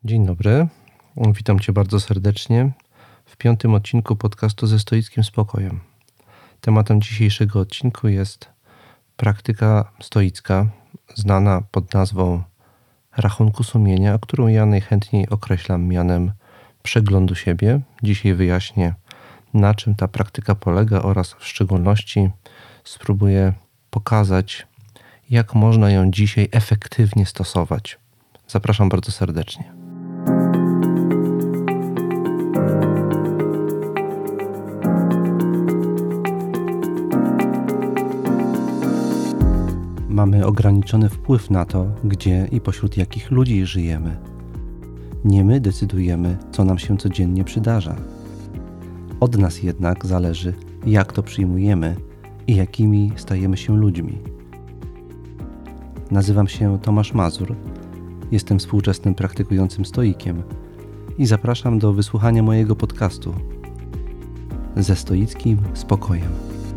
Dzień dobry, witam Cię bardzo serdecznie w 5. odcinku podcastu ze stoickim spokojem. Tematem dzisiejszego odcinku jest praktyka stoicka, znana pod nazwą rachunku sumienia, którą ja najchętniej określam mianem przeglądu siebie. Dzisiaj wyjaśnię, na czym ta praktyka polega oraz w szczególności spróbuję pokazać, jak można ją dzisiaj efektywnie stosować. Zapraszam bardzo serdecznie. Mamy ograniczony wpływ na to, gdzie i pośród jakich ludzi żyjemy. Nie my decydujemy, co nam się codziennie przydarza. Od nas jednak zależy, jak to przyjmujemy i jakimi stajemy się ludźmi. Nazywam się Tomasz Mazur, jestem współczesnym praktykującym stoikiem i zapraszam do wysłuchania mojego podcastu ze stoickim spokojem.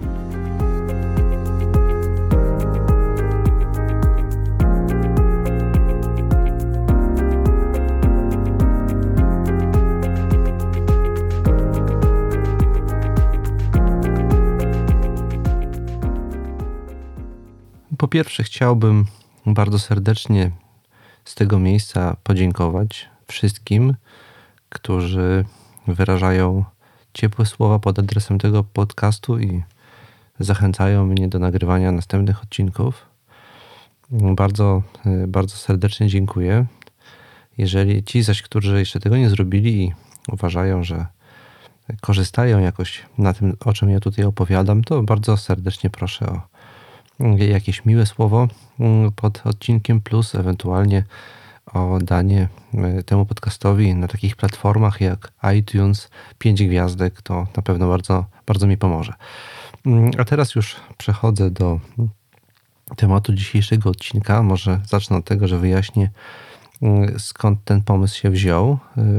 Po pierwsze chciałbym bardzo serdecznie z tego miejsca podziękować wszystkim, którzy wyrażają ciepłe słowa pod adresem tego podcastu i zachęcają mnie do nagrywania następnych odcinków. Bardzo, bardzo serdecznie dziękuję. Jeżeli ci zaś, którzy jeszcze tego nie zrobili i uważają, że korzystają jakoś na tym, o czym ja tutaj opowiadam, to bardzo serdecznie proszę o jakieś miłe słowo pod odcinkiem, plus ewentualnie o danie temu podcastowi na takich platformach jak iTunes 5 gwiazdek, to na pewno bardzo, bardzo mi pomoże. A teraz już przechodzę do tematu dzisiejszego odcinka. Może zacznę od tego, że wyjaśnię, skąd ten pomysł się wziął.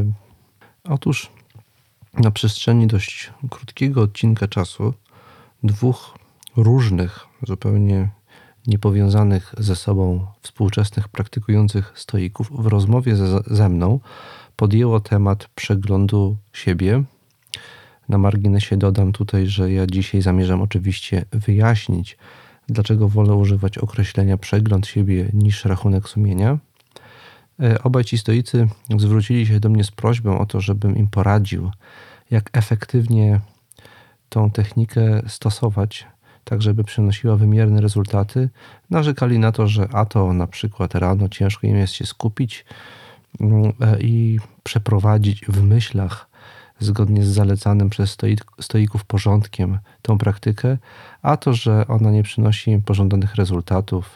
Otóż na przestrzeni dość krótkiego odcinka czasu dwóch różnych, zupełnie niepowiązanych ze sobą współczesnych praktykujących stoików w rozmowie ze mną podjęło temat przeglądu siebie. Na marginesie dodam tutaj, że ja dzisiaj zamierzam oczywiście wyjaśnić, dlaczego wolę używać określenia przegląd siebie niż rachunek sumienia. Obaj ci stoicy zwrócili się do mnie z prośbą o to, żebym im poradził, jak efektywnie tą technikę stosować, tak żeby przynosiła wymierne rezultaty. Narzekali na to, że a to na przykład rano ciężko im jest się skupić i przeprowadzić w myślach zgodnie z zalecanym przez stoików porządkiem tą praktykę, a to, że ona nie przynosi im pożądanych rezultatów.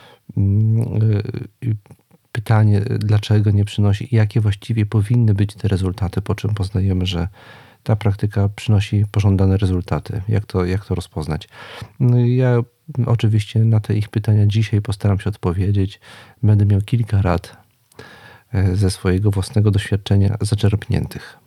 Pytanie, dlaczego nie przynosi i jakie właściwie powinny być te rezultaty, po czym poznajemy, że ta praktyka przynosi pożądane rezultaty. Jak to rozpoznać? Ja oczywiście na te ich pytania dzisiaj postaram się odpowiedzieć. Będę miał kilka rad ze swojego własnego doświadczenia zaczerpniętych.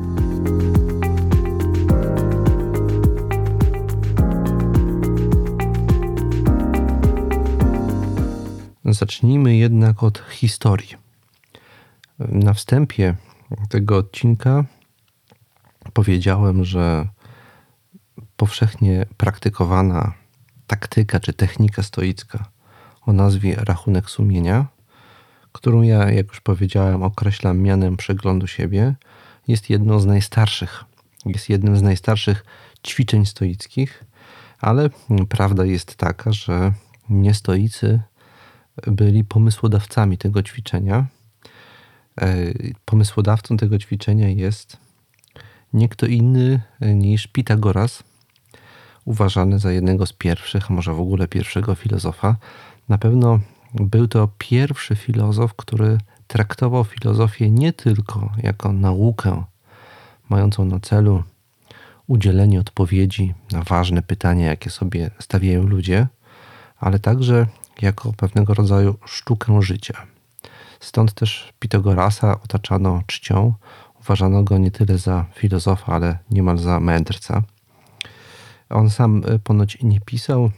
Zacznijmy jednak od historii. Na wstępie tego odcinka powiedziałem, że powszechnie praktykowana taktyka czy technika stoicka o nazwie rachunek sumienia, którą ja, jak już powiedziałem, określam mianem przeglądu siebie, jest jedną z najstarszych. Jest jednym z najstarszych ćwiczeń stoickich, ale prawda jest taka, że nie stoicy byli pomysłodawcami tego ćwiczenia. Pomysłodawcą tego ćwiczenia jest nie kto inny niż Pitagoras, uważany za jednego z pierwszych, a może w ogóle pierwszego filozofa. Na pewno był to pierwszy filozof, który traktował filozofię nie tylko jako naukę mającą na celu udzielenie odpowiedzi na ważne pytania, jakie sobie stawiają ludzie, ale także jako pewnego rodzaju sztukę życia. Stąd też Pitagorasa otaczano czcią. Uważano go nie tyle za filozofa, ale niemal za mędrca. On sam ponoć nie pisał.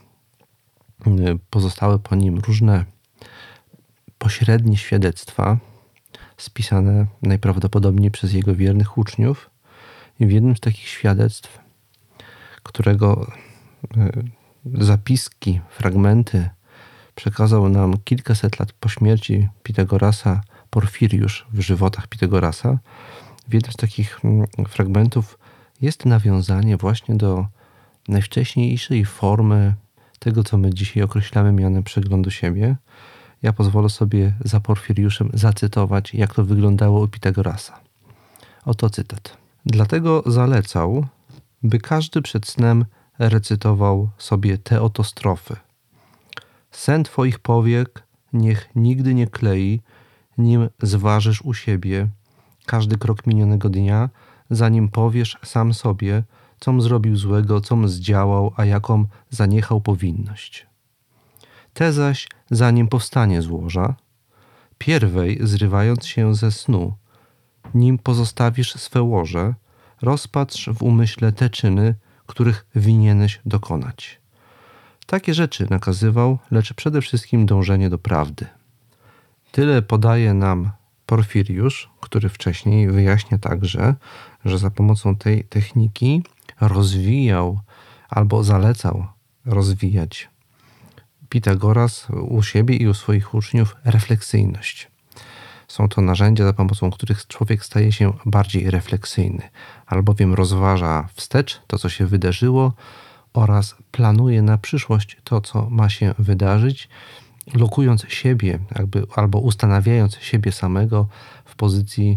Pozostały po nim różne pośrednie świadectwa. spisane najprawdopodobniej przez jego wiernych uczniów. I w jednym z takich świadectw, którego zapiski, fragmenty przekazał nam kilkaset lat po śmierci Pitagorasa Porfiriusz w żywotach Pitagorasa, w jednym z takich fragmentów jest nawiązanie właśnie do najwcześniejszej formy tego, co my dzisiaj określamy mianem przeglądu siebie. Ja pozwolę sobie za Porfiriuszem zacytować, jak to wyglądało u Pitagorasa. Oto cytat. Dlatego zalecał, by każdy przed snem recytował sobie te oto strofy. Sen twoich powiek niech nigdy nie klei, nim zważysz u siebie każdy krok minionego dnia, zanim powiesz sam sobie, com zrobił złego, com zdziałał, a jaką zaniechał powinność. Te zaś, zanim powstanie z łoża, pierwej zrywając się ze snu, nim pozostawisz swe łoże, rozpatrz w umyśle te czyny, których winieneś dokonać. Takie rzeczy nakazywał, lecz przede wszystkim dążenie do prawdy. Tyle podaje nam Porfiriusz, który wcześniej wyjaśnia także, że za pomocą tej techniki rozwijał albo zalecał rozwijać Pitagoras u siebie i u swoich uczniów refleksyjność. Są to narzędzia, za pomocą których człowiek staje się bardziej refleksyjny, albowiem rozważa wstecz to, co się wydarzyło oraz planuje na przyszłość to, co ma się wydarzyć, lokując siebie albo ustanawiając siebie samego w pozycji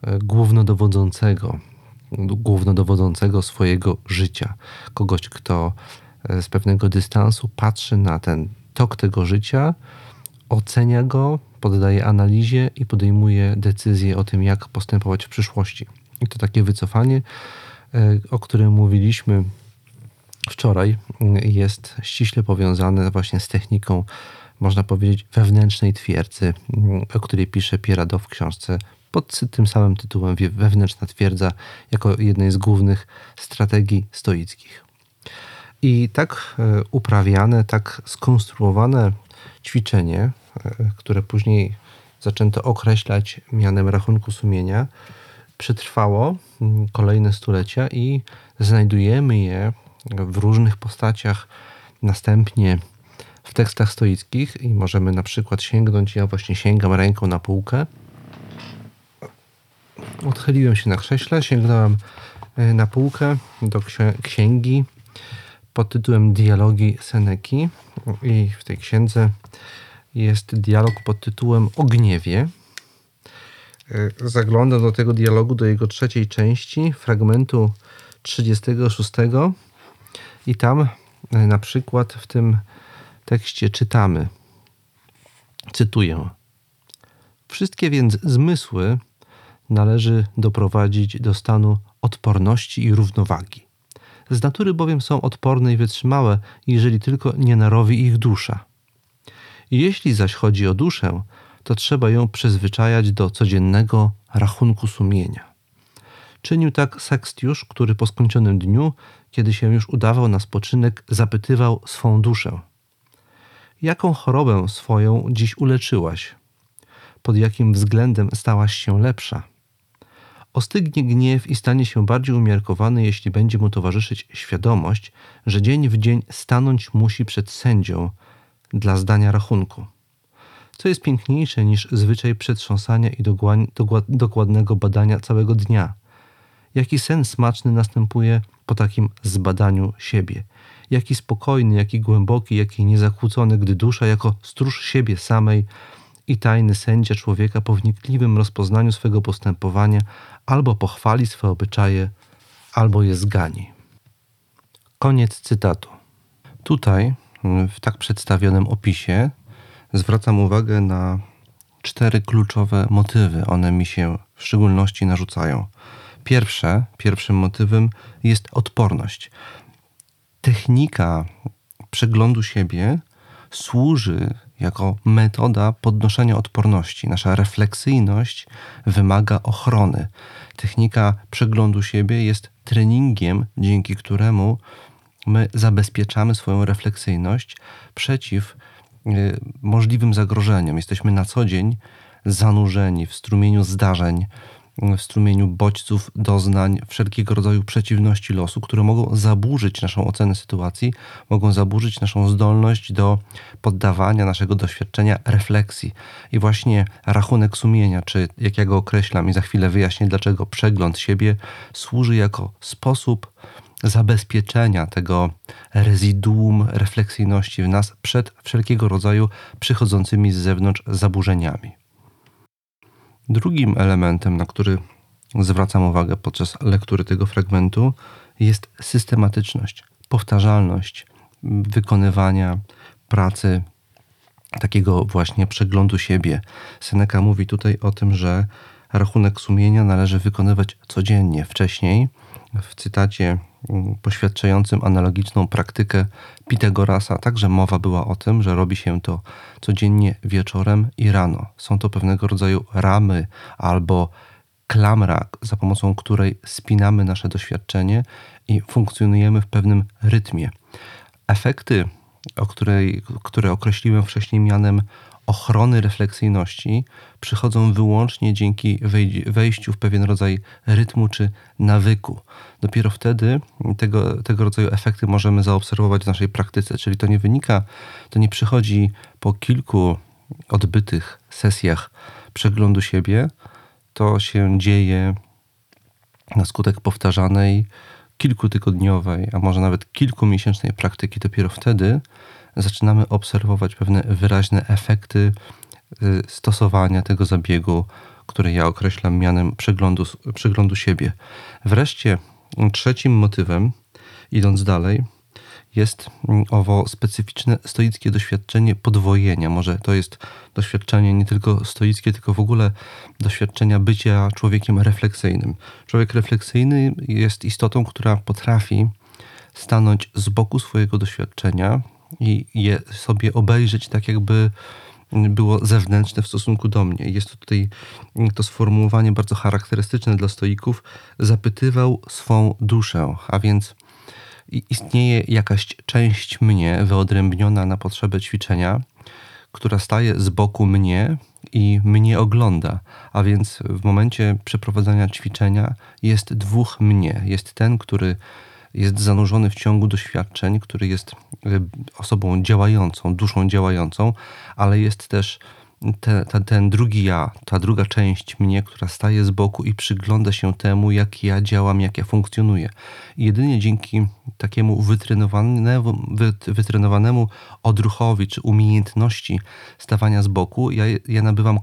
głównodowodzącego swojego życia. Kogoś, kto z pewnego dystansu patrzy na ten tok tego życia, ocenia go, poddaje analizie i podejmuje decyzję o tym, jak postępować w przyszłości. I to takie wycofanie, o którym mówiliśmy wczoraj, jest ściśle powiązane właśnie z techniką, można powiedzieć, wewnętrznej twierdzy, o której pisze Pierre w książce pod tym samym tytułem Wewnętrzna twierdza, jako jednej z głównych strategii stoickich. I tak uprawiane, tak skonstruowane ćwiczenie, które później zaczęto określać mianem rachunku sumienia, przetrwało kolejne stulecia i znajdujemy je w różnych postaciach następnie w tekstach stoickich i możemy na przykład sięgnąć, ja właśnie sięgam ręką na półkę, odchyliłem się na krześle, sięgnąłem na półkę do księgi pod tytułem Dialogi Seneki i w tej księdze jest dialog pod tytułem O gniewie. Zaglądam do tego dialogu, do jego trzeciej części, fragmentu 36 i tam na przykład w tym tekście czytamy, cytuję: Wszystkie więc zmysły należy doprowadzić do stanu odporności i równowagi. Z natury bowiem są odporne i wytrzymałe, jeżeli tylko nie narowi ich dusza. Jeśli zaś chodzi o duszę, to trzeba ją przyzwyczajać do codziennego rachunku sumienia. Czynił tak Sekstiusz, który po skończonym dniu, kiedy się już udawał na spoczynek, zapytywał swą duszę: jaką chorobę swoją dziś uleczyłaś? Pod jakim względem stałaś się lepsza? Ostygnie gniew i stanie się bardziej umiarkowany, jeśli będzie mu towarzyszyć świadomość, że dzień w dzień stanąć musi przed sędzią dla zdania rachunku. Co jest piękniejsze niż zwyczaj przetrząsania i dokładnego badania całego dnia? Jaki sen smaczny następuje po takim zbadaniu siebie? Jaki spokojny, jaki głęboki, jaki niezakłócony, gdy dusza jako stróż siebie samej i tajny sędzia człowieka po wnikliwym rozpoznaniu swego postępowania albo pochwali swe obyczaje, albo je zgani. Koniec cytatu. Tutaj, w tak przedstawionym opisie, zwracam uwagę na 4 kluczowe motywy. One mi się w szczególności narzucają. Pierwszym motywem jest odporność. Technika przeglądu siebie służy jako metoda podnoszenia odporności. Nasza refleksyjność wymaga ochrony. Technika przeglądu siebie jest treningiem, dzięki któremu my zabezpieczamy swoją refleksyjność przeciw możliwym zagrożeniom. Jesteśmy na co dzień zanurzeni w strumieniu zdarzeń, w strumieniu bodźców, doznań, wszelkiego rodzaju przeciwności losu, które mogą zaburzyć naszą ocenę sytuacji, mogą zaburzyć naszą zdolność do poddawania naszego doświadczenia refleksji. I właśnie rachunek sumienia, czy jak ja go określam i za chwilę wyjaśnię, dlaczego przegląd siebie służy jako sposób zabezpieczenia tego rezyduum refleksyjności w nas przed wszelkiego rodzaju przychodzącymi z zewnątrz zaburzeniami. Drugim elementem, na który zwracam uwagę podczas lektury tego fragmentu, jest systematyczność, powtarzalność wykonywania pracy takiego właśnie przeglądu siebie. Seneca mówi tutaj o tym, że rachunek sumienia należy wykonywać codziennie. Wcześniej w cytacie poświadczającym analogiczną praktykę Pitagorasa także mowa była o tym, że robi się to codziennie wieczorem i rano. Są to pewnego rodzaju ramy albo klamra, za pomocą której spinamy nasze doświadczenie i funkcjonujemy w pewnym rytmie. Efekty, które określiłem wcześniej mianem ochrony refleksyjności, przychodzą wyłącznie dzięki wejściu w pewien rodzaj rytmu czy nawyku. Dopiero wtedy tego rodzaju efekty możemy zaobserwować w naszej praktyce, czyli to nie przychodzi po kilku odbytych sesjach przeglądu siebie, to się dzieje na skutek powtarzanej, kilkutygodniowej, a może nawet kilkumiesięcznej praktyki. Dopiero wtedy zaczynamy obserwować pewne wyraźne efekty stosowania tego zabiegu, który ja określam mianem przeglądu siebie. Wreszcie trzecim motywem, idąc dalej, jest owo specyficzne stoickie doświadczenie podwojenia. Może to jest doświadczenie nie tylko stoickie, tylko w ogóle doświadczenia bycia człowiekiem refleksyjnym. Człowiek refleksyjny jest istotą, która potrafi stanąć z boku swojego doświadczenia i je sobie obejrzeć tak, jakby było zewnętrzne w stosunku do mnie. Jest to tutaj to sformułowanie bardzo charakterystyczne dla stoików. Zapytywał swą duszę, a więc istnieje jakaś część mnie wyodrębniona na potrzebę ćwiczenia, która staje z boku mnie i mnie ogląda. A więc w momencie przeprowadzania ćwiczenia jest dwóch mnie. Jest ten, który jest zanurzony w ciągu doświadczeń, który jest osobą działającą, duszą działającą, ale jest też ten drugi ja, ta druga część mnie, która staje z boku i przygląda się temu, jak ja działam, jak ja funkcjonuję. I jedynie dzięki takiemu wytrenowanemu odruchowi czy umiejętności stawania z boku, ja nabywam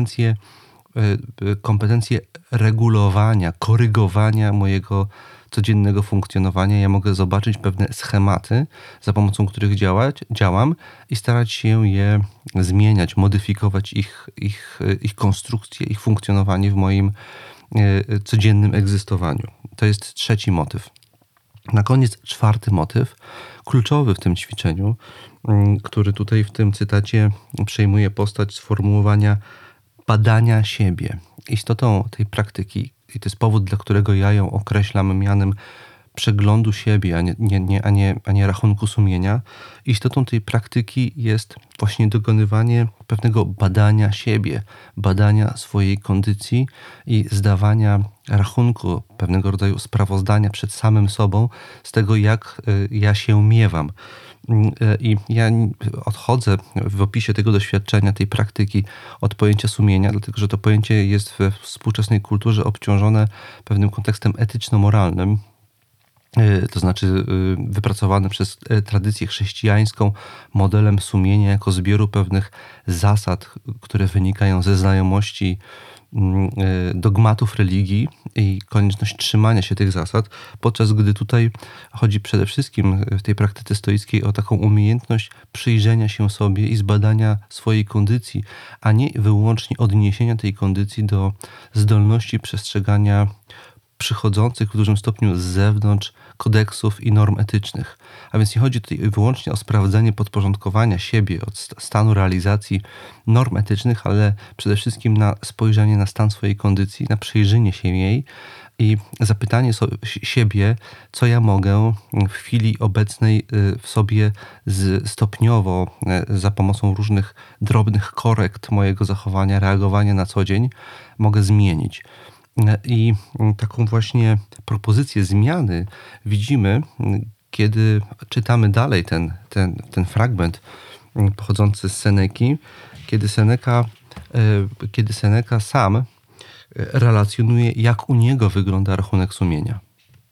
kompetencje regulowania, korygowania mojego codziennego funkcjonowania. Ja mogę zobaczyć pewne schematy, za pomocą których działam i starać się je zmieniać, modyfikować ich konstrukcję, ich funkcjonowanie w moim codziennym egzystowaniu. To jest trzeci motyw. Na koniec czwarty motyw, kluczowy w tym ćwiczeniu, który tutaj w tym cytacie przejmuje postać sformułowania badania siebie. Istotą tej praktyki, i to jest powód, dla którego ja ją określam mianem przeglądu siebie, a nie rachunku sumienia. Istotą tej praktyki jest właśnie dokonywanie pewnego badania siebie, badania swojej kondycji i zdawania rachunku, pewnego rodzaju sprawozdania przed samym sobą z tego, jak ja się miewam. I ja odchodzę w opisie tego doświadczenia, tej praktyki od pojęcia sumienia, dlatego że to pojęcie jest we współczesnej kulturze obciążone pewnym kontekstem etyczno-moralnym, to znaczy wypracowany przez tradycję chrześcijańską modelem sumienia jako zbioru pewnych zasad, które wynikają ze znajomości dogmatów religii i konieczność trzymania się tych zasad, podczas gdy tutaj chodzi przede wszystkim w tej praktyce stoickiej o taką umiejętność przyjrzenia się sobie i zbadania swojej kondycji, a nie wyłącznie odniesienia tej kondycji do zdolności przestrzegania przychodzących w dużym stopniu z zewnątrz kodeksów i norm etycznych. A więc nie chodzi tutaj wyłącznie o sprawdzenie podporządkowania siebie od stanu realizacji norm etycznych, ale przede wszystkim na spojrzenie na stan swojej kondycji, na przyjrzenie się jej i zapytanie siebie, co ja mogę w chwili obecnej w sobie stopniowo za pomocą różnych drobnych korekt mojego zachowania, reagowania na co dzień mogę zmienić. I taką właśnie propozycję zmiany widzimy, kiedy czytamy dalej ten fragment pochodzący z Seneki, kiedy Seneca sam relacjonuje, jak u niego wygląda rachunek sumienia.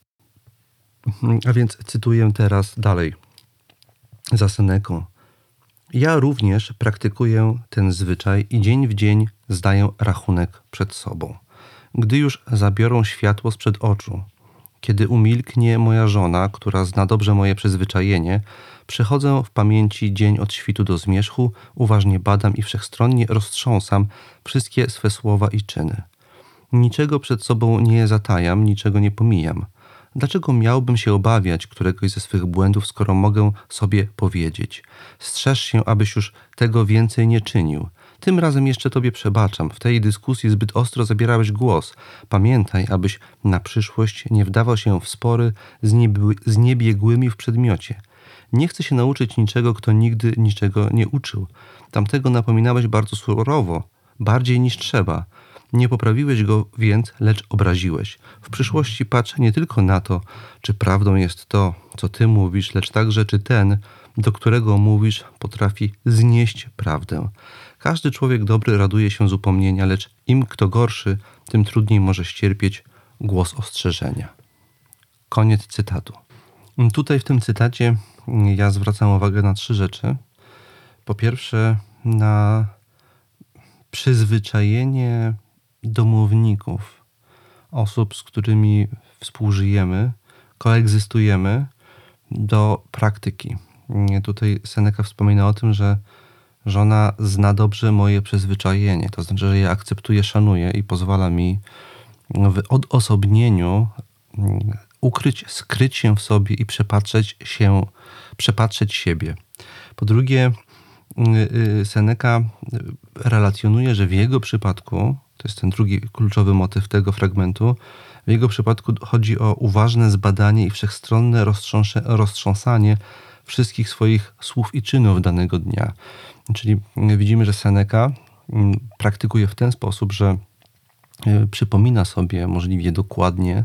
A więc cytuję teraz dalej za Seneką. Ja również praktykuję ten zwyczaj i dzień w dzień zdaję rachunek przed sobą. Gdy już zabiorą światło sprzed oczu, kiedy umilknie moja żona, która zna dobrze moje przyzwyczajenie, przechodzę w pamięci dzień od świtu do zmierzchu, uważnie badam i wszechstronnie roztrząsam wszystkie swe słowa i czyny. Niczego przed sobą nie zatajam, niczego nie pomijam. Dlaczego miałbym się obawiać któregoś ze swych błędów, skoro mogę sobie powiedzieć? Strzeż się, abyś już tego więcej nie czynił. Tym razem jeszcze tobie przebaczam. W tej dyskusji zbyt ostro zabierałeś głos. Pamiętaj, abyś na przyszłość nie wdawał się w spory z niebiegłymi w przedmiocie. Nie chcę się nauczyć niczego, kto nigdy niczego nie uczył. Tamtego napominałeś bardzo surowo, bardziej niż trzeba. Nie poprawiłeś go więc, lecz obraziłeś. W przyszłości patrz nie tylko na to, czy prawdą jest to, co ty mówisz, lecz także, czy ten, do którego mówisz, potrafi znieść prawdę. Każdy człowiek dobry raduje się z upomnienia, lecz im kto gorszy, tym trudniej może ścierpieć głos ostrzeżenia. Koniec cytatu. Tutaj w tym cytacie ja zwracam uwagę na 3 rzeczy. Po pierwsze, na przyzwyczajenie domowników, osób, z którymi współżyjemy, koegzystujemy, do praktyki. Tutaj Seneca wspomina o tym, że żona zna dobrze moje przyzwyczajenie, to znaczy, że je akceptuje, szanuje i pozwala mi w odosobnieniu skryć się w sobie i przepatrzeć siebie. Po drugie, Seneca relacjonuje, że w jego przypadku, to jest ten drugi kluczowy motyw tego fragmentu, w jego przypadku chodzi o uważne zbadanie i wszechstronne roztrząsanie wszystkich swoich słów i czynów danego dnia. Czyli widzimy, że Seneca praktykuje w ten sposób, że przypomina sobie możliwie dokładnie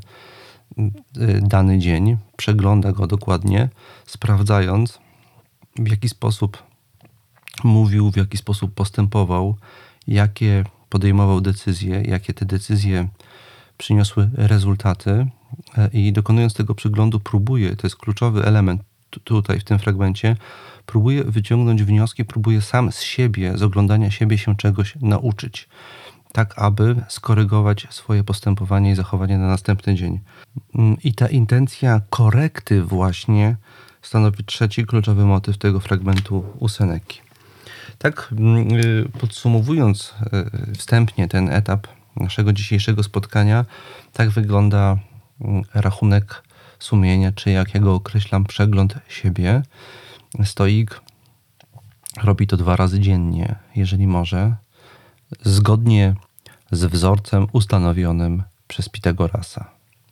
dany dzień, przegląda go dokładnie, sprawdzając, w jaki sposób mówił, w jaki sposób postępował, jakie podejmował decyzje, jakie te decyzje przyniosły rezultaty i dokonując tego przeglądu próbuje, to jest kluczowy element tutaj w tym fragmencie, próbuje wyciągnąć wnioski, próbuje sam z siebie, z oglądania siebie się czegoś nauczyć, tak aby skorygować swoje postępowanie i zachowanie na następny dzień. I ta intencja korekty właśnie stanowi trzeci kluczowy motyw tego fragmentu u Seneki. Tak podsumowując wstępnie ten etap naszego dzisiejszego spotkania, tak wygląda rachunek sumienia, czy jak ja go określam, przegląd siebie. Stoik robi to 2 razy dziennie, jeżeli może, zgodnie z wzorcem ustanowionym przez Pitagorasa.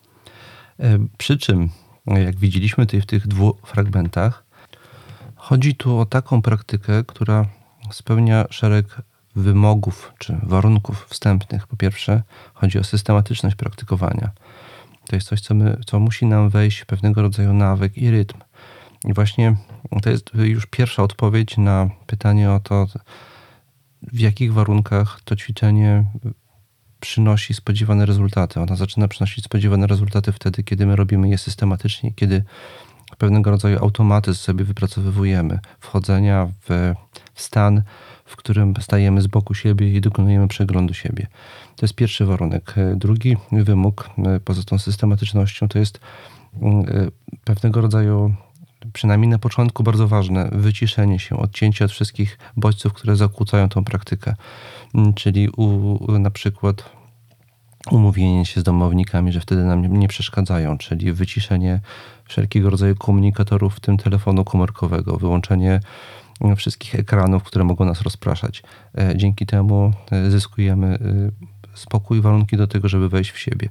Przy czym, jak widzieliśmy w tych 2 fragmentach, chodzi tu o taką praktykę, która spełnia szereg wymogów czy warunków wstępnych. Po pierwsze, chodzi o systematyczność praktykowania. To jest coś, co musi nam wejść w pewnego rodzaju nawyk i rytm. I właśnie to jest już pierwsza odpowiedź na pytanie o to, w jakich warunkach to ćwiczenie przynosi spodziewane rezultaty. Ona zaczyna przynosić spodziewane rezultaty wtedy, kiedy my robimy je systematycznie, kiedy pewnego rodzaju automatyzm sobie wypracowujemy. Wchodzenia w stan, w którym stajemy z boku siebie i dokonujemy przeglądu siebie. To jest pierwszy warunek. Drugi wymóg, poza tą systematycznością, to jest pewnego rodzaju, przynajmniej na początku bardzo ważne, wyciszenie się, odcięcie od wszystkich bodźców, które zakłócają tą praktykę. Czyli na przykład umówienie się z domownikami, że wtedy nam nie przeszkadzają, czyli wyciszenie wszelkiego rodzaju komunikatorów, w tym telefonu komórkowego, wyłączenie wszystkich ekranów, które mogą nas rozpraszać. Dzięki temu zyskujemy spokój, warunki do tego, żeby wejść w siebie.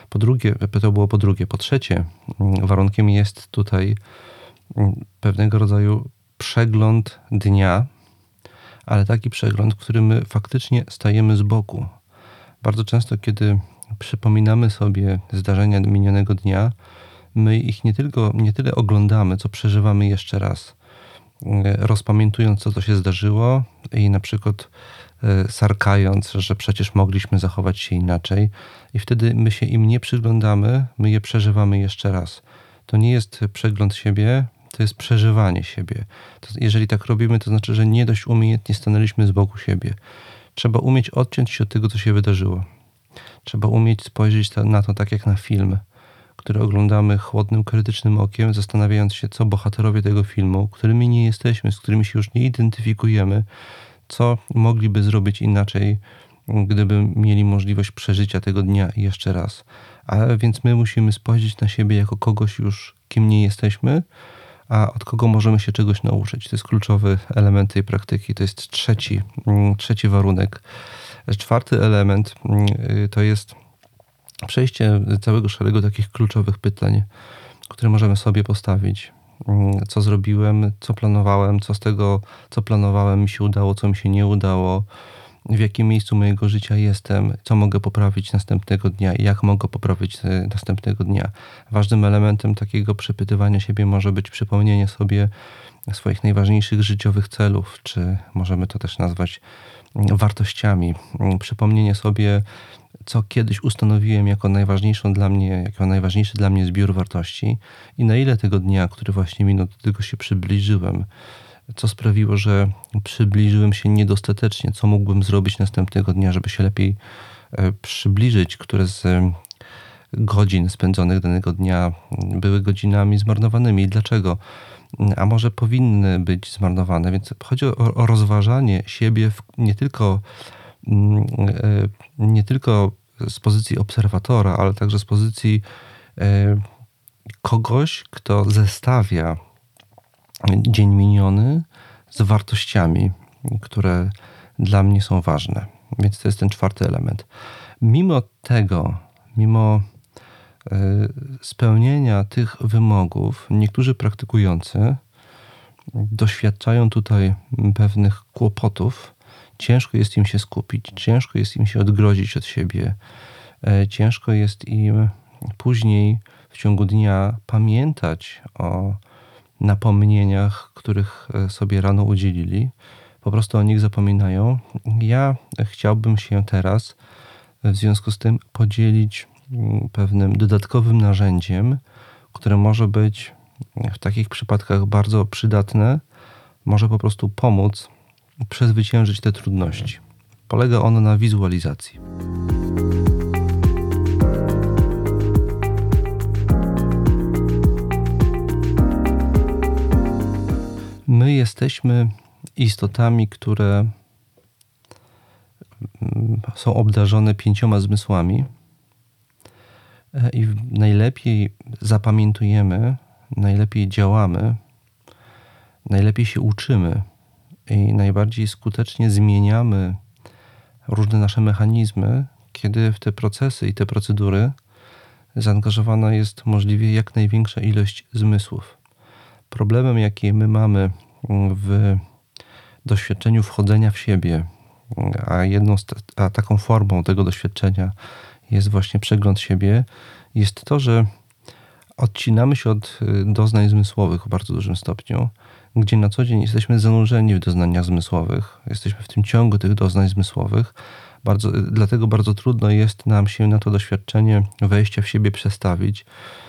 To było po drugie. Po trzecie, warunkiem jest tutaj pewnego rodzaju przegląd dnia, ale taki przegląd, w którym my faktycznie stajemy z boku. Bardzo często, kiedy przypominamy sobie zdarzenia minionego dnia, my ich nie tyle oglądamy, co przeżywamy jeszcze raz. Rozpamiętując, co to się zdarzyło i na przykład sarkając, że przecież mogliśmy zachować się inaczej, i wtedy my się im nie przyglądamy, my je przeżywamy jeszcze raz. To nie jest przegląd siebie, to jest przeżywanie siebie. Jeżeli tak robimy, to znaczy, że nie dość umiejętnie stanęliśmy z boku siebie. Trzeba umieć odciąć się od tego, co się wydarzyło. Trzeba umieć spojrzeć na to tak jak na film, który oglądamy chłodnym, krytycznym okiem, zastanawiając się, co bohaterowie tego filmu, którymi nie jesteśmy, z którymi się już nie identyfikujemy, co mogliby zrobić inaczej, gdyby mieli możliwość przeżycia tego dnia jeszcze raz. A więc my musimy spojrzeć na siebie jako kogoś już, kim nie jesteśmy, a od kogo możemy się czegoś nauczyć. To jest kluczowy element tej praktyki. To jest trzeci warunek. Czwarty element to jest przejście całego szeregu takich kluczowych pytań, które możemy sobie postawić. Co zrobiłem, co planowałem, co z tego, co planowałem, mi się udało, co mi się nie udało, w jakim miejscu mojego życia jestem, co mogę poprawić następnego dnia i jak mogę poprawić następnego dnia. Ważnym elementem takiego przepytywania siebie może być przypomnienie sobie swoich najważniejszych życiowych celów, czy możemy to też nazwać wartościami. Przypomnienie sobie, co kiedyś ustanowiłem jako najważniejszy dla mnie zbiór wartości i na ile tego dnia, który właśnie minął, do tego się przybliżyłem. Co sprawiło, że przybliżyłem się niedostatecznie, co mógłbym zrobić następnego dnia, żeby się lepiej przybliżyć, które z godzin spędzonych danego dnia były godzinami zmarnowanymi i dlaczego. A może powinny być zmarnowane, więc chodzi o rozważanie siebie nie tylko z pozycji obserwatora, ale także z pozycji kogoś, kto zestawia dzień miniony z wartościami, które dla mnie są ważne. Więc to jest ten czwarty element. Mimo spełnienia tych wymogów, niektórzy praktykujący doświadczają tutaj pewnych kłopotów. Ciężko jest im się skupić, ciężko jest im się odgrodzić od siebie, ciężko jest im później w ciągu dnia pamiętać o napomnieniach, których sobie rano udzielili. Po prostu o nich zapominają. Ja chciałbym się teraz w związku z tym podzielić pewnym dodatkowym narzędziem, które może być w takich przypadkach bardzo przydatne, może po prostu pomóc przezwyciężyć te trudności. Polega ono na wizualizacji. My jesteśmy istotami, które są obdarzone 5 zmysłami i najlepiej zapamiętujemy, najlepiej działamy, najlepiej się uczymy i najbardziej skutecznie zmieniamy różne nasze mechanizmy, kiedy w te procesy i te procedury zaangażowana jest możliwie jak największa ilość zmysłów. Problemem, jaki my mamy w doświadczeniu wchodzenia w siebie, a taką formą tego doświadczenia jest właśnie przegląd siebie, jest to, że odcinamy się od doznań zmysłowych w bardzo dużym stopniu, gdzie na co dzień jesteśmy zanurzeni w doznaniach zmysłowych. Jesteśmy w tym ciągu tych doznań zmysłowych. Dlatego bardzo trudno jest nam się na to doświadczenie wejścia w siebie przestawić,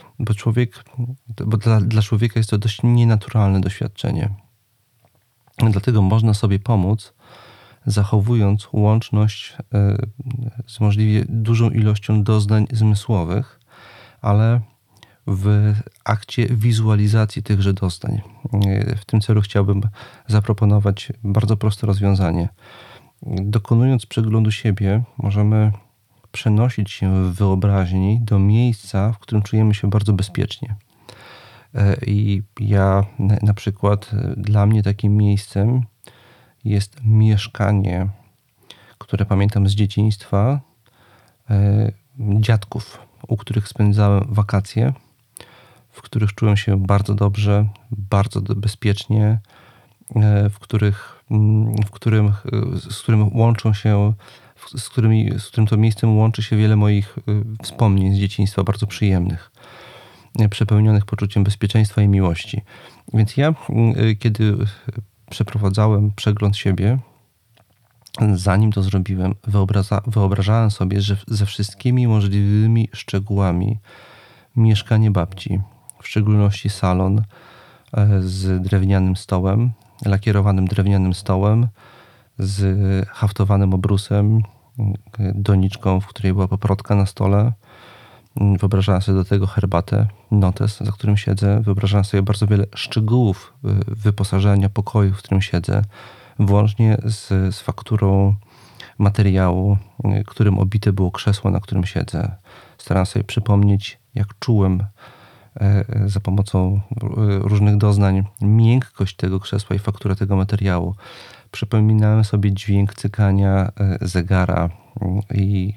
bo dla człowieka jest to dość nienaturalne doświadczenie. Dlatego można sobie pomóc, zachowując łączność z możliwie dużą ilością doznań zmysłowych, ale w akcie wizualizacji tychże doznań. W tym celu chciałbym zaproponować bardzo proste rozwiązanie. Dokonując przeglądu siebie, możemy przenosić się w wyobraźni do miejsca, w którym czujemy się bardzo bezpiecznie. I ja na przykład, dla mnie takim miejscem jest mieszkanie, które pamiętam z dzieciństwa, dziadków, u których spędzałem wakacje, w których czułem się bardzo dobrze, bardzo bezpiecznie, z którym łączą się, z którym to miejscem łączy się wiele moich wspomnień z dzieciństwa, bardzo przyjemnych, przepełnionych poczuciem bezpieczeństwa i miłości. Więc ja, kiedy przeprowadzałem przegląd siebie, zanim to zrobiłem, wyobrażałem sobie, że ze wszystkimi możliwymi szczegółami mieszkanie babci, w szczególności salon z drewnianym stołem, lakierowanym drewnianym stołem, z haftowanym obrusem, doniczką, w której była paprotka na stole. Wyobrażałem sobie do tego herbatę, notes, za którym siedzę. Wyobrażałem sobie bardzo wiele szczegółów wyposażenia pokoju, w którym siedzę, włącznie z fakturą materiału, którym obite było krzesło, na którym siedzę. Starałem sobie przypomnieć, jak czułem za pomocą różnych doznań miękkość tego krzesła i fakturę tego materiału. Przypominałem sobie dźwięk cykania zegara i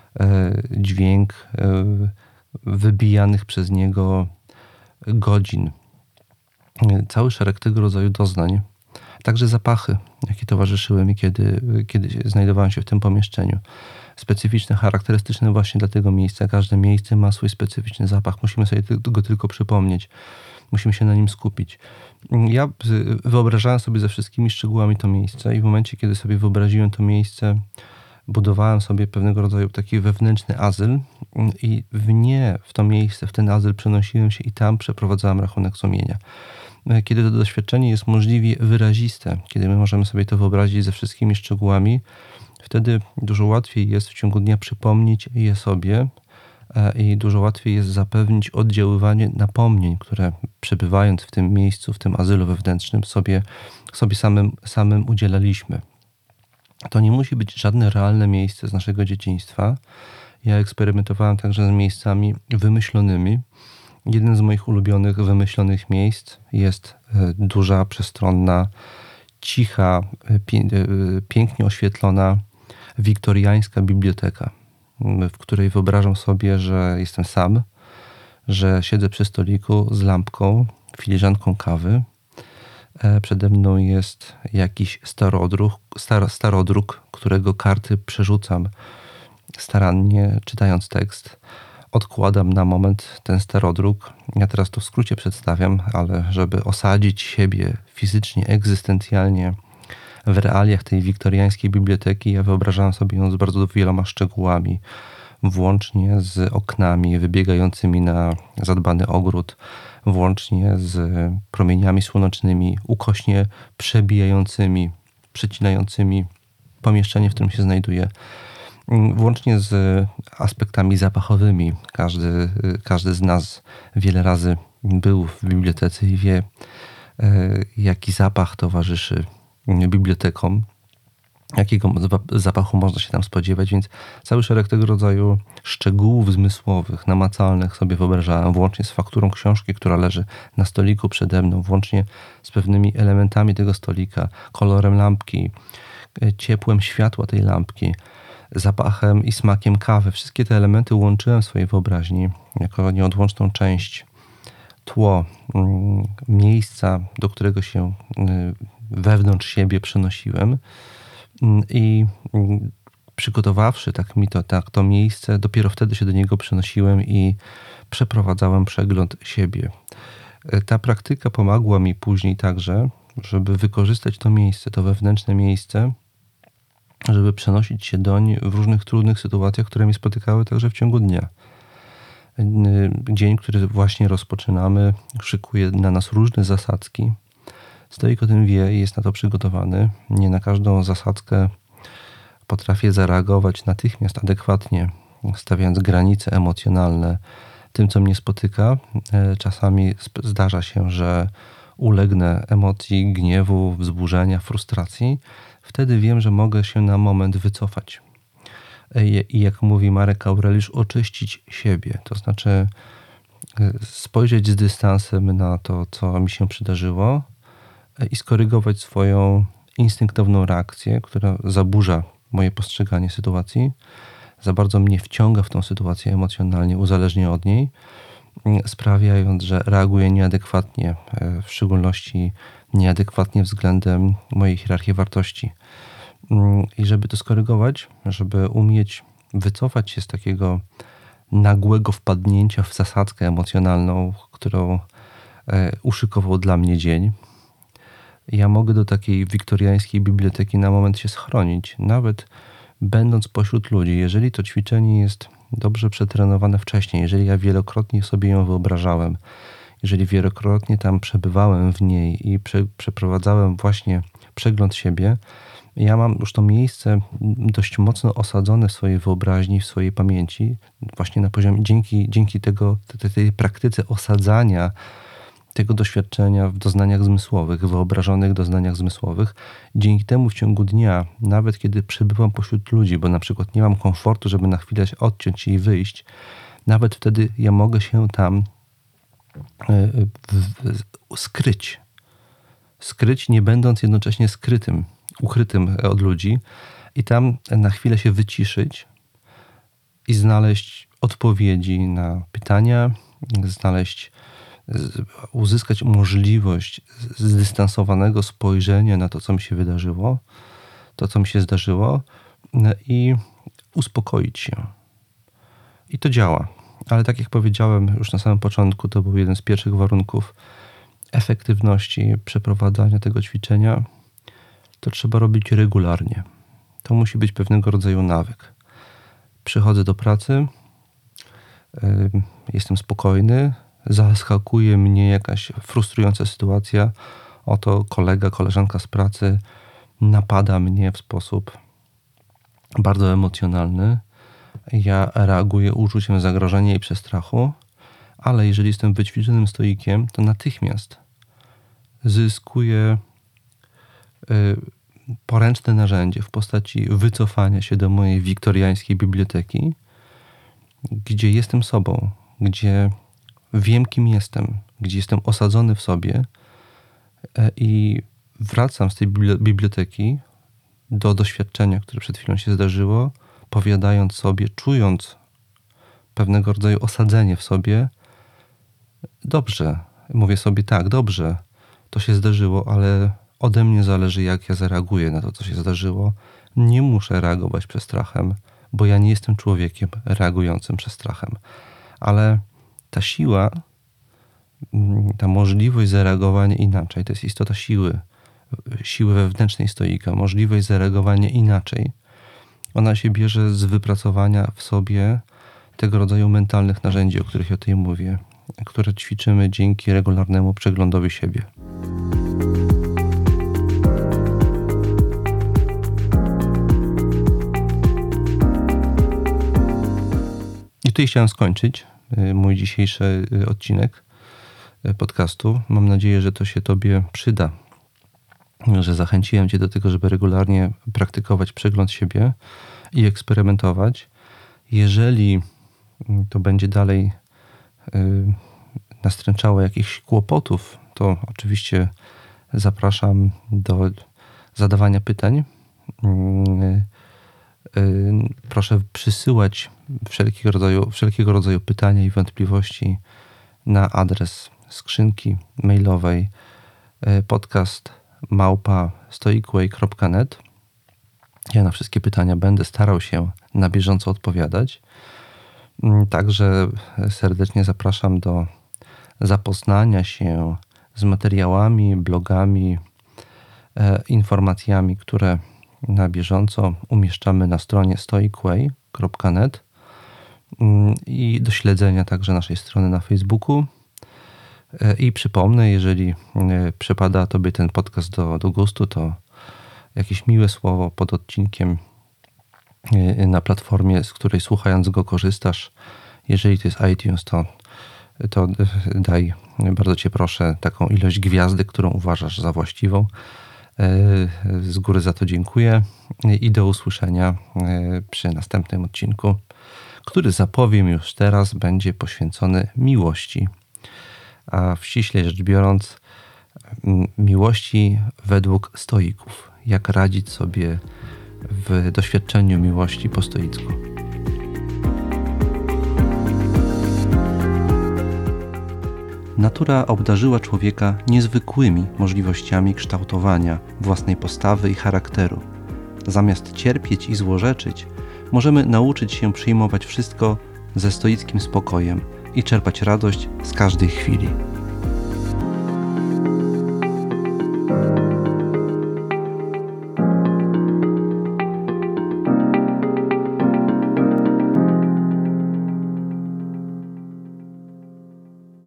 dźwięk wybijanych przez niego godzin. Cały szereg tego rodzaju doznań, także zapachy, jakie towarzyszyły mi, kiedy znajdowałem się w tym pomieszczeniu. Specyficzne, charakterystyczne właśnie dla tego miejsca. Każde miejsce ma swój specyficzny zapach. Musimy sobie go tylko przypomnieć. Musimy się na nim skupić. Ja wyobrażałem sobie ze wszystkimi szczegółami to miejsce i w momencie, kiedy sobie wyobraziłem to miejsce, budowałem sobie pewnego rodzaju taki wewnętrzny azyl i w to miejsce, w ten azyl przenosiłem się i tam przeprowadzałem rachunek sumienia. Kiedy to doświadczenie jest możliwie wyraziste, kiedy my możemy sobie to wyobrazić ze wszystkimi szczegółami, wtedy dużo łatwiej jest w ciągu dnia przypomnieć je sobie i dużo łatwiej jest zapewnić oddziaływanie napomnień, które przebywając w tym miejscu, w tym azylu wewnętrznym sobie samym udzielaliśmy. To nie musi być żadne realne miejsce z naszego dzieciństwa. Ja eksperymentowałem także z miejscami wymyślonymi. Jeden z moich ulubionych wymyślonych miejsc jest duża, przestronna, cicha, pięknie oświetlona wiktoriańska biblioteka, w której wyobrażam sobie, że jestem sam, że siedzę przy stoliku z lampką, filiżanką kawy. Przede mną jest jakiś starodruk, którego karty przerzucam starannie, czytając tekst. Odkładam na moment ten starodruk. Ja teraz to w skrócie przedstawiam, ale żeby osadzić siebie fizycznie, egzystencjalnie w realiach tej wiktoriańskiej biblioteki, ja wyobrażałem sobie ją z bardzo wieloma szczegółami, włącznie z oknami wybiegającymi na zadbany ogród, włącznie z promieniami słonecznymi, ukośnie przebijającymi, przecinającymi pomieszczenie, w którym się znajduję, włącznie z aspektami zapachowymi. Każdy z nas wiele razy był w bibliotece i wie, jaki zapach towarzyszy bibliotekom, jakiego zapachu można się tam spodziewać, więc cały szereg tego rodzaju szczegółów zmysłowych, namacalnych sobie wyobrażałem, włącznie z fakturą książki, która leży na stoliku przede mną, włącznie z pewnymi elementami tego stolika, kolorem lampki, ciepłem światła tej lampki, zapachem i smakiem kawy. Wszystkie te elementy łączyłem w swojej wyobraźni jako nieodłączną część, tło, miejsca, do którego się wewnątrz siebie przenosiłem. I przygotowawszy to miejsce, dopiero wtedy się do niego przenosiłem i przeprowadzałem przegląd siebie. Ta praktyka pomogła mi później także, żeby wykorzystać to miejsce, to wewnętrzne miejsce, żeby przenosić się doń w różnych trudnych sytuacjach, które mnie spotykały także w ciągu dnia. Dzień, który właśnie rozpoczynamy, szykuje na nas różne zasadzki. Stoik o tym wie i jest na to przygotowany. Nie na każdą zasadzkę potrafię zareagować natychmiast, adekwatnie, stawiając granice emocjonalne tym, co mnie spotyka. Czasami zdarza się, że ulegnę emocji gniewu, wzburzenia, frustracji. Wtedy wiem, że mogę się na moment wycofać. I jak mówi Marek Aureliusz, oczyścić siebie. To znaczy spojrzeć z dystansem na to, co mi się przydarzyło i skorygować swoją instynktowną reakcję, która zaburza moje postrzeganie sytuacji, za bardzo mnie wciąga w tą sytuację emocjonalnie, uzależnia od niej, sprawiając, że reaguję nieadekwatnie, w szczególności nieadekwatnie względem mojej hierarchii wartości. I żeby to skorygować, żeby umieć wycofać się z takiego nagłego wpadnięcia w zasadzkę emocjonalną, którą uszykował dla mnie dzień, ja mogę do takiej wiktoriańskiej biblioteki na moment się schronić, nawet będąc pośród ludzi. Jeżeli to ćwiczenie jest dobrze przetrenowane wcześniej, jeżeli ja wielokrotnie sobie ją wyobrażałem, jeżeli wielokrotnie tam przebywałem w niej i przeprowadzałem właśnie przegląd siebie, ja mam już to miejsce dość mocno osadzone w swojej wyobraźni, w swojej pamięci, właśnie na poziomie, dzięki tej praktyce osadzania tego doświadczenia w doznaniach zmysłowych, wyobrażonych doznaniach zmysłowych. Dzięki temu w ciągu dnia, nawet kiedy przebywam pośród ludzi, bo na przykład nie mam komfortu, żeby na chwilę się odciąć się i wyjść, nawet wtedy ja mogę się tam skryć. Skryć, nie będąc jednocześnie ukrytym od ludzi i tam na chwilę się wyciszyć i znaleźć odpowiedzi na pytania, uzyskać możliwość zdystansowanego spojrzenia na to, co mi się wydarzyło, to, co mi się zdarzyło i uspokoić się. I to działa. Ale tak jak powiedziałem już na samym początku, to był jeden z pierwszych warunków efektywności przeprowadzania tego ćwiczenia. To trzeba robić regularnie. To musi być pewnego rodzaju nawyk. Przychodzę do pracy, jestem spokojny, zaskakuje mnie jakaś frustrująca sytuacja. Oto koleżanka z pracy napada mnie w sposób bardzo emocjonalny. Ja reaguję uczuciem zagrożenia i przestrachu, ale jeżeli jestem wyćwiczonym stoikiem, to natychmiast zyskuję poręczne narzędzie w postaci wycofania się do mojej wiktoriańskiej biblioteki, gdzie jestem sobą, gdzie wiem, kim jestem, gdzie jestem osadzony w sobie i wracam z tej biblioteki do doświadczenia, które przed chwilą się zdarzyło, powiadając sobie, czując pewnego rodzaju osadzenie w sobie. Dobrze, mówię sobie tak, dobrze, to się zdarzyło, ale ode mnie zależy, jak ja zareaguję na to, co się zdarzyło. Nie muszę reagować przestrachem, bo ja nie jestem człowiekiem reagującym przestrachem. Ale ta siła, ta możliwość zareagowania inaczej, to jest istota siły wewnętrznej stoika, możliwość zareagowania inaczej. Ona się bierze z wypracowania w sobie tego rodzaju mentalnych narzędzi, o których ja tutaj mówię, które ćwiczymy dzięki regularnemu przeglądowi siebie. I tutaj chciałem skończyć mój dzisiejszy odcinek podcastu. Mam nadzieję, że to się Tobie przyda, że zachęciłem Cię do tego, żeby regularnie praktykować przegląd siebie i eksperymentować. Jeżeli to będzie dalej nastręczało jakichś kłopotów, to oczywiście zapraszam do zadawania pytań. Proszę przysyłać wszelkiego rodzaju pytania i wątpliwości na adres skrzynki mailowej podcast@stoicway.net. Ja na wszystkie pytania będę starał się na bieżąco odpowiadać. Także serdecznie zapraszam do zapoznania się z materiałami, blogami, informacjami, które na bieżąco umieszczamy na stronie stoicway.net i do śledzenia także naszej strony na Facebooku. I przypomnę, jeżeli przypada Tobie ten podcast do gustu, to jakieś miłe słowo pod odcinkiem na platformie, z której słuchając go korzystasz. Jeżeli to jest iTunes, to daj, bardzo Cię proszę, taką ilość gwiazdy, którą uważasz za właściwą. Z góry za to dziękuję i do usłyszenia przy następnym odcinku, który zapowiem już teraz będzie poświęcony miłości. A ściśle rzecz biorąc, miłości według stoików. Jak radzić sobie w doświadczeniu miłości po stoicku. Natura obdarzyła człowieka niezwykłymi możliwościami kształtowania własnej postawy i charakteru. Zamiast cierpieć i złorzeczyć, możemy nauczyć się przyjmować wszystko ze stoickim spokojem i czerpać radość z każdej chwili.